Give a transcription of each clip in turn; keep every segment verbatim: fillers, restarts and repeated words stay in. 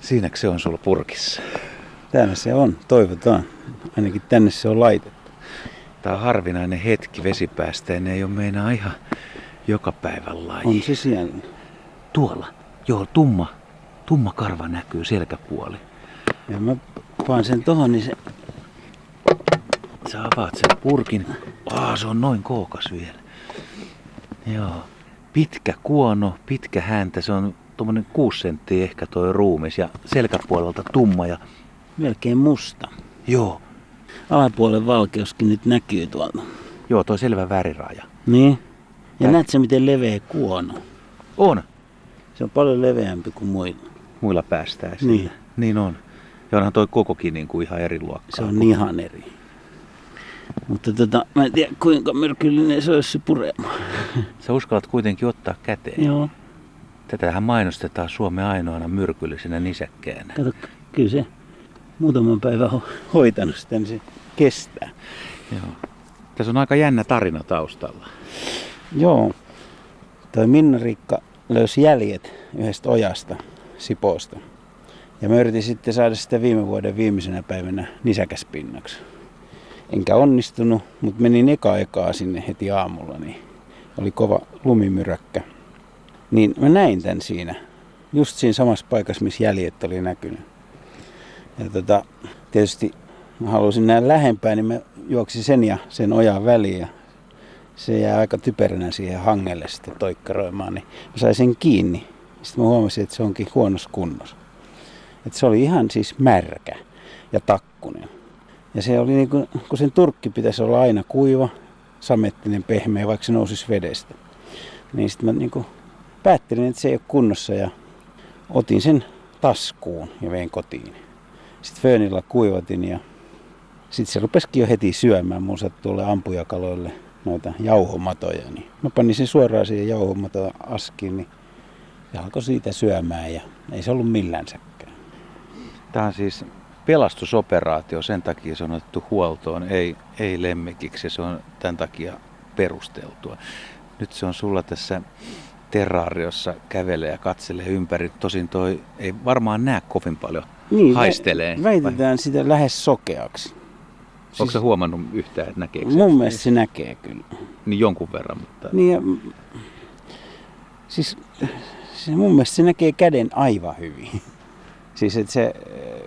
Siinäkö se on sulla purkissa? Täällä se on, toivotaan. Ainakin tänne se on laitettu. Tää on harvinainen hetki vesipäästä ja ne ei ole meinaa ihan joka päivän laji. On se siellä. Tuolla. Joo, tumma. Tumma karva näkyy, selkäpuoli. Ja mä paan sen tohon, niin se... Sä avaat sen purkin. Aa, se on noin kookas vielä. Joo. Pitkä kuono, pitkä häntä. Se on tuommoinen kuusi senttiä ehkä toi ruumis ja selkäpuolelta tumma ja... Melkein musta. Joo. Alapuolen valkeuskin nyt näkyy tuolta. Joo, toi selvä väriraja. Niin. Ja Tät... näet sä miten leveä kuono? On. Se on paljon leveämpi kuin muilla. Muilla päästäisiin. Niin. Niin on. Ja onhan toi kokokin niin kuin ihan eri luokkaa. Se on ihan eri. Mutta tota, mä en tiedä kuinka myrkyllinen se olisi se purema. Sä uskallat kuitenkin ottaa käteen. Joo. Tätähän mainostetaan Suomen ainoana myrkyllisenä nisäkkeenä. Kato, kyllä se muutaman päivän ho- hoitanut sitä, niin se kestää. Joo. Tässä on aika jännä tarina taustalla. Joo. Toi Minna-Riikka löysi jäljet yhdestä ojasta, Sipoosta. Ja mä yritin sitten saada sitä viime vuoden viimeisenä päivänä nisäkäspinnaksi. Enkä onnistunut, mutta menin eka ekaa sinne heti aamulla, niin oli kova lumimyräkkä. Niin mä näin tän siinä, just siinä samassa paikassa, missä jäljet oli näkynyt. Ja tota, tietysti mä halusin nähdä lähempää, niin mä juoksin sen ja sen ojan väliin. Ja se jää aika typeränä siihen hangelle sitten toikkaroimaan, niin mä sain sen kiinni. Sitten mä huomasin, että se onkin huonossa kunnossa. Että se oli ihan siis märkä ja takkunen. Ja se oli niin kuin, kun sen turkki pitäisi olla aina kuiva, samettinen, pehmeä, vaikka se nousisi vedestä. Niin sitten mä niin kuin päättelin, että se ei ole kunnossa ja otin sen taskuun ja vein kotiin. Sitten föönillä kuivatin ja sitten se rupesikin jo heti syömään. Mun sattui tuolle ampujakaloille noita jauhomatoja. Niin mä panin sen suoraan siihen jauhomaton askiin, niin se alkoi siitä syömään ja ei se ollut millänsäkään. Tämä on siis pelastusoperaatio, sen takia se on otettu huoltoon, ei, ei lemmikiksi, se on tämän takia perusteltua. Nyt se on sulla tässä terraariossa, kävelee ja katselee ympäri. Tosin toi ei varmaan näe kovin paljon, niin, haistelee. Väitetään vai? Sitä lähes sokeaksi. Onko siis, sä huomannut yhtään, että näkeekö mun se? mielestä se näkee kyllä. Niin jonkun verran, mutta... Niin ja, siis se, mun mielestä se näkee käden aivan hyvin. Siis että se...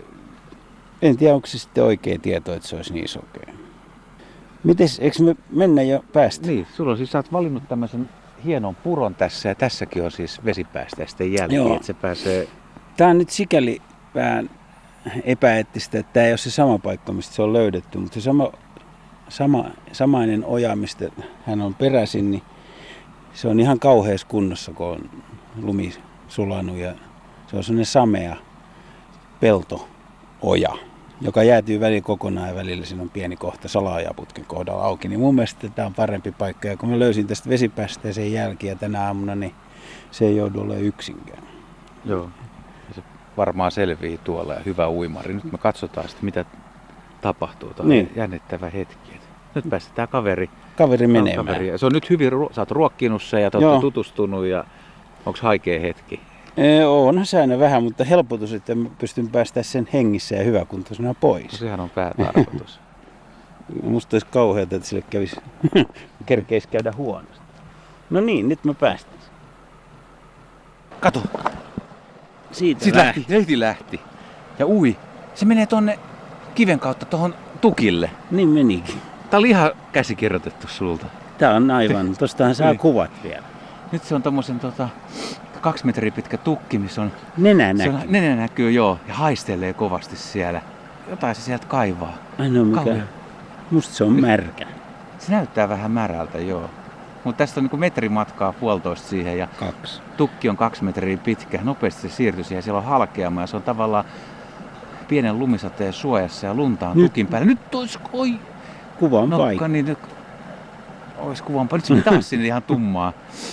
En tiedä, onko se sitten oikea tieto, että se olisi niin sokea. Mites, eikö me mennä jo päästä? Niin, sulla on siis, sä oot valinnut tämmöisen hienon puron tässä ja tässäkin on siis vesipäästäisten jälkiä, että se pääsee... Tää on nyt sikäli vähän epäeettistä, että tää ei ole se sama paikka, mistä se on löydetty, mutta se sama, sama, samainen oja, mistä hän on peräisin, niin se on ihan kauheassa kunnossa, kun on lumi sulanut ja se on sellainen samea pelto-oja, joka jäätyy välillä kokonaan ja välillä siinä on pieni kohta salaojaputken kohdalla auki. Niin mun mielestä tämä on parempi paikka. Ja kun mä löysin tästä vesipäästeeseen jälkiä tänä aamuna, niin se ei joudu olemaan yksinkään. Joo, se varmaan selvii tuolla ja hyvä uimari. Nyt me katsotaan sitten, mitä tapahtuu. Tämä on niin jännittävä hetki. Nyt päästetään kaveri, kaveri menemään. Kaveri. Se on nyt hyvin, sä oot ruokkinut sen ja te olette tutustunut ja onko haikea hetki? Onhan säännö vähän, mutta helpotus, että mä pystyn päästä sen hengissä ja hyväkuntoisena pois. No, sehän on päätarkoitus. Musta olisi kauheata, että sille kävisi, kerkeisi käydä huonosti. No niin, nyt mä päästän. Kato. Siitä Siitä lähti. lähti. Heti lähti. Ja ui. Se menee tonne kiven kautta tohon tukille. Niin menikin. Tää oli ihan käsikirjoitettu sulta. Tää on aivan. Tostahan saa kuvat vielä. Nyt se on tommosen tota... kaksi metriä pitkä tukki, missä on... Nenä näkyy. On, nenä näkyy, joo. Ja haistelee kovasti siellä. Jotain se sieltä kaivaa. Ai no mikä? Kauhean. Musta se on märkä. Se näyttää vähän märältä, joo. Mutta tästä on niinku metri matkaa puolitoista siihen. Ja kaksi. Tukki on kaksi metriä pitkä. Nopeasti se siirtyy siihen. Siellä on halkeama ja se on tavallaan pienen lumisateen suojassa ja lunta on nyt tukin päällä. Nyt ois... Oi! Kuvan Nokka, paikka. Niin nyt... Ois kuvan paikka. Nyt se taas sinne ihan tummaa.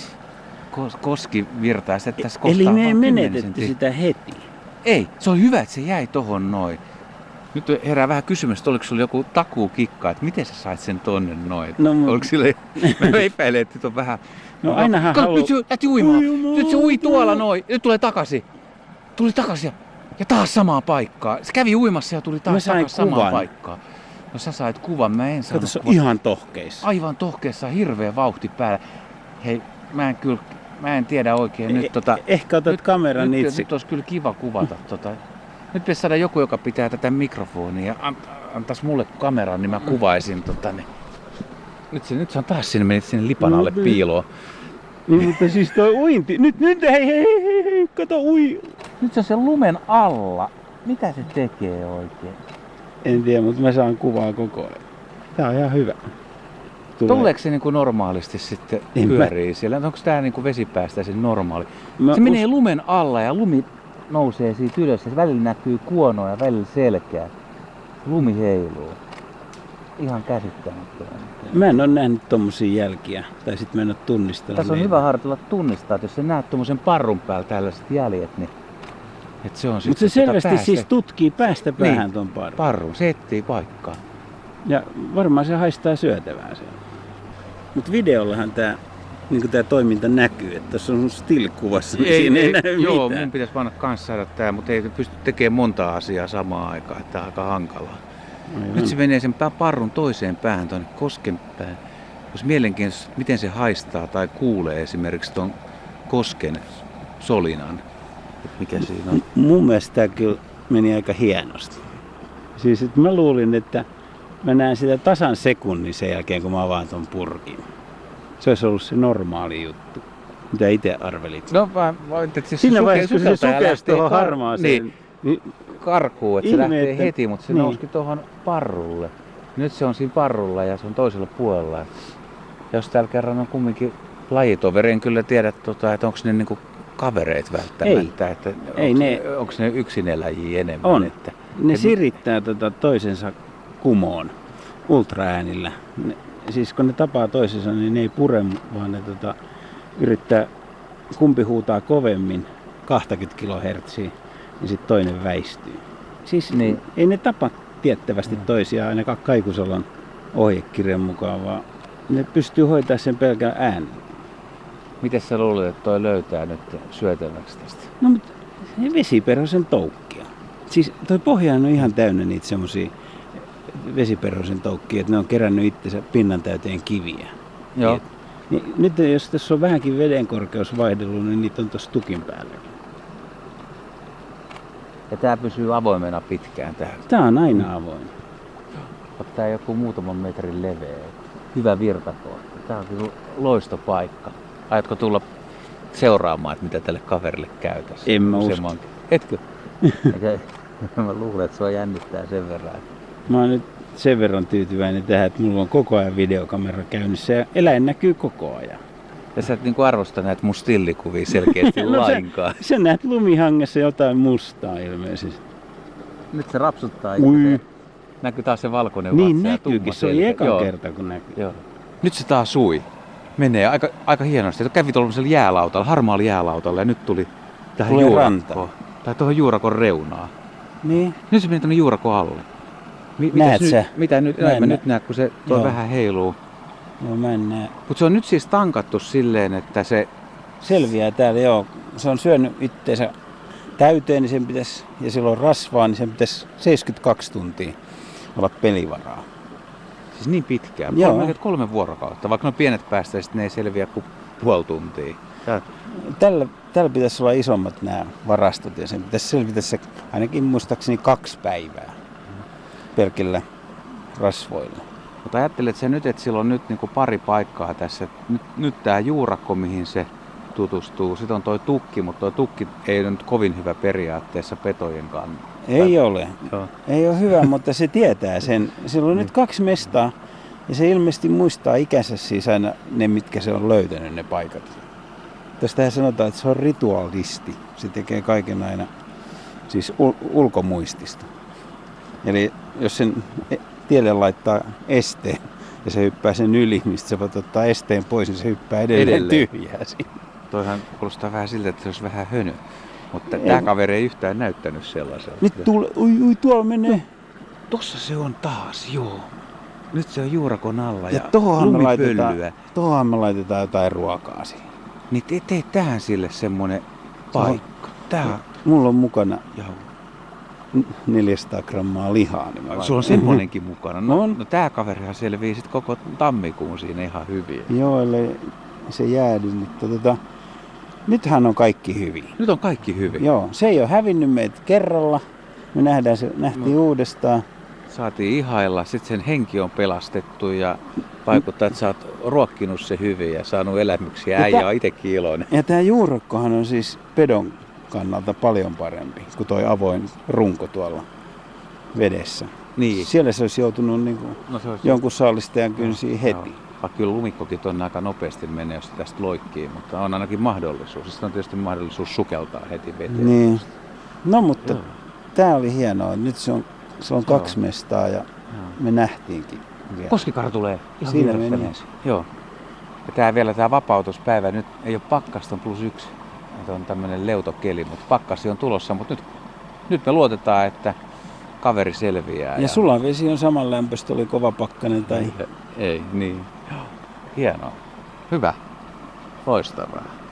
Koski virtaa, että tässä kostaa. Eli me ei menetetty sitä heti. Ei, se on hyvä, että se jäi tohon noin. Nyt herää vähän kysymys, että oliko sulla joku takuukikka, että miten sä sait sen tonne noin? No, oliko sille, mä epäilen, että nyt on vähän... No, no ainahan halu... Nyt se lähti uimaan, nyt se ui tuolla noin, nyt tulee takaisin. Tuli takaisin. Ja taas samaan paikkaan. Se kävi uimassa ja tuli Mä taas sain takaisin samaan kuvan. paikkaan. No sä sait kuvan, mä en Kato, saanut se on kuvan. ihan tohkeissa. Aivan tohkeessa, hirveä vauhti päällä. Hei, mä en kyllä, mä en tiedä oikein nyt Eh- tota... Ehkä otat Nyt, kameran nyt, itse. nyt olisi kyllä kiva kuvata tota. Nyt pitäisi saada joku, joka pitää tätä mikrofonia ja an, antaisi mulle kameran, niin mä kuvaisin tota niin. Nyt se, nyt se on taas sinne, menit sinne lipan alle No, piiloon. Niin, mutta siis toi uinti. Nyt, nyt, hei, hei, hei, hei, kato ui. Nyt se on se lumen alla. Mitä se tekee oikein? En tiedä, mutta mä saan kuvaa koko ajan. Tää on ihan hyvä. Tulee. Tuleeko se niin kuin normaalisti sitten En mä- pyörii siellä? Onko tää niin kuin vesipäästäisen normaali? Mä Se menee us- lumen alla ja lumi nousee siitä ylös ja välillä näkyy kuonoa ja välillä selkää. Lumi heiluu. Ihan käsittämättömän. Mä en oo nähnyt tommosia jälkiä. Tai sit mä en oo tunnistanut. Tässä on niitä. hyvä harjoitella tunnistaa, että jos sä näet tuommoisen parrun päällä tällaiset jäljet, niin että se on Mutta se sitten selvästi päästä- siis tutkii päästä päähän Niin. ton parun. parru, se etsii paikkaa. Ja varmaan se haistaa syötävää siellä. Mutta videollahan tää, niinku tää toiminta näkyy, että tässä on still-kuvassa, niin siinä ei, näy joo, mitään. mun pitäisi panna kanssa saada tää, mutta ei pysty tekemään monta asiaa samaan aikaan, että tää on aika hankalaa. Aivan. Nyt se menee sen pää- parrun toiseen päähän, tuonne kosken päähän. Olisi mielenkiintoista, miten se haistaa tai kuulee esimerkiksi tuon kosken solinan. Että mikä siinä on. Mun mielestä tää kyllä meni aika hienosti. Siis että mä luulin, että mä näen sitä tasan sekunnin sen jälkeen, kun mä avaan ton purkin. Se olisi ollut se normaali juttu. Mitä itse arvelit? No vaan, vaan että se Siinä suke- vaiheessa, kun se sukeltaja sukelsi lähtee tuohon kar- harmaaseen, Niin, niin karkuun, että se Ihme, lähtee että- heti, mutta se niin. nousikin tuohon parrulle. Nyt se on siinä parrulla ja se on toisella puolella. Ja jos täällä kerran on kumminkin lajitoveri, en kyllä tiedä, tota, että onko ne niinku kavereit välttämättä. Että Ei onko, ne- onko ne yksineläjiä enemmän? On. Että, ne et- sirittää tota toisensa kumoon ultraäänillä. Ne, siis kun ne tapaa toisensa, niin ne ei pure, vaan ne tota, yrittää, kumpi huutaa kovemmin kaksikymmentä kilohertsiä, niin sitten toinen väistyy. Siis Niin. ei ne tapa tiettävästi Mm. toisiaan ainakaan Kaikusalon ohjekirjan mukaan, vaan ne pystyy hoitamaan sen pelkän äänen. Miten sä luulet, että toi löytää nyt syötäväksi tästä? No mutta vesiperhosen toukkia. Siis toi pohja on ihan täynnä niitä semmosia vesiperhosen toukkia, että ne on kerännyt itsensä pinnan täyteen kiviä. Joo. Niin, nyt jos tässä on vähänkin vedenkorkeus vaihdellut, niin niitä on tuossa tukin päällä. Ja tää pysyy avoimena pitkään tää. Tää on aina avoin. Tää joku muutaman metrin leveä. Hyvä virtakohta. Tää on kyllä loistopaikka. Aiotko tulla seuraamaan, että mitä tälle kaverille käytäisi? En mä usko. Useammankin. Etkö? Eikä, mä luulen, että sua jännittää sen verran. Mä oon nyt sen verran tyytyväinen tähän, että mulla on koko ajan videokamera käynnissä ja eläin näkyy koko ajan. Ja sä et niinku arvosta näitä mun stillikuvia selkeästi No sä- lainkaan. Sä näet lumihangessa jotain mustaa ilmeisesti. Nyt se rapsuttaa Ui. itse. Näkyy taas se valkoinen Niin vatsa ja näkyykin, tumma se oli selkä. eka Joo. kerta kun näkyy. Joo. Nyt se taas sui. Menee aika, aika hienosti. Et kävi tuollaisella jäälautalla, harmaalla jäälautalla ja nyt tuli tähän Tulee juurakkoon. rantaan. Tai tuohon juurakon reunaan. Niin. Nyt se meni tuonne juurakon alle. Mi- Näet mitäs sä? Nyt, mitä nyt? Mä Mä en en mä nä- nyt näe, kun se tuo Joo. vähän heiluu. Joo, mä en näe. Mutta se on nyt siis tankattu silleen, että se... Selviää täällä, joo. Se on syönyt itteensä täyteen, niin sen pitäisi, ja sillä on rasvaa, niin sen pitäisi seitsemänkymmentäkaksi tuntia olla pelivaraa. Siis niin pitkään. Joo. Kolme, kolme vuorokautta. Vaikka ne pienet päästäisit, ne ei selviä kuin puoli tuntia. Tää, Tällä, tällä pitäisi olla isommat nämä varastot, ja sen pitäisi selvitä se ainakin muistaakseni kaksi päivää pelkillä rasvoilla. mutta ajattelet sä nyt, että sillä on nyt niinku pari paikkaa tässä. Nyt, nyt tää juurakko, mihin se tutustuu. Sitten on toi tukki, mutta toi tukki ei ole nyt kovin hyvä periaatteessa petojen kannalta. Ei ole. Joo. Ei ole hyvä, mutta se tietää sen. Sillä on nyt kaksi mestaa, ja se ilmeisesti muistaa ikänsä siis aina ne, mitkä se on löytänyt, ne paikat. Tästähän sanotaan, että se on rituaalisti. Se tekee kaiken aina siis ul- ulkomuistista. Eli jos sen e- tielle laittaa esteen ja se hyppää sen yli, mistä sä voit ottaa esteen pois, niin se hyppää edelleen, Edelleen. tyhjää siinä. Toihan kuulostaa vähän siltä, että se olisi vähän hönö. Mutta Ei. tämä kaveri ei yhtään näyttänyt sellaiselta. Nyt tuule, ui, ui, tuolla menee. Tossa se on taas, joo. Nyt se on juurakon alla ja, Ja tohonhan me, laitetaan, lumipölyä. tohonhan me laitetaan jotain ruokaa siihen. Niin tee, tee tähän sille semmonen paikka. Tää on Mulla on mukana jauho. neljäsataa grammaa lihaa. Niin mä Sulla on semmoinenkin mukana. No, On. no tää kaverihan selvii sit koko tammikuun siinä ihan hyvin. Joo, ellei se jäädy, mutta tota, nythän on kaikki hyvin. Nyt on kaikki hyvin. Joo, se ei ole hävinnyt meitä kerralla. Me nähdään se, nähtiin No. uudestaan. Saatiin ihailla, sitten sen henki on pelastettu ja vaikuttaa, että sä oot ruokkinut se hyvin ja saanut elämyksiä. Ja Äijä tää- on itekin iloinen. Ja tämä juurokkohan on siis pedon kannalta paljon parempi kuin toi avoin runko tuolla vedessä. Niin. Siellä se olisi joutunut niinku No se olisi jonkun saalistajan kynsiin heti. Joo. Vaikka kyllä lumikkokin tonne aika nopeasti menee, jos tästä loikkii, mutta on ainakin mahdollisuus. Sitten on tietysti mahdollisuus sukeltaa heti veteen. Niin. No mutta Joo. tää oli hienoa. Nyt se on, se on Joo. kaksi mestaa ja Joo. me nähtiinkin vielä. Koskikara tulee ihan Siinä vieressä meni. mies. Joo. Ja tää vielä tää vapautuspäivä, nyt ei ole pakkasta, on plus yksi. Että on tämmönen leutokeli, mutta pakkasi on tulossa, mutta nyt, nyt me luotetaan, että kaveri selviää. Ja sulan vesi on saman lämpöistä, oli kova pakkanen tai... Ei, niin. Joo. Hienoa. Hyvä. Loistavaa.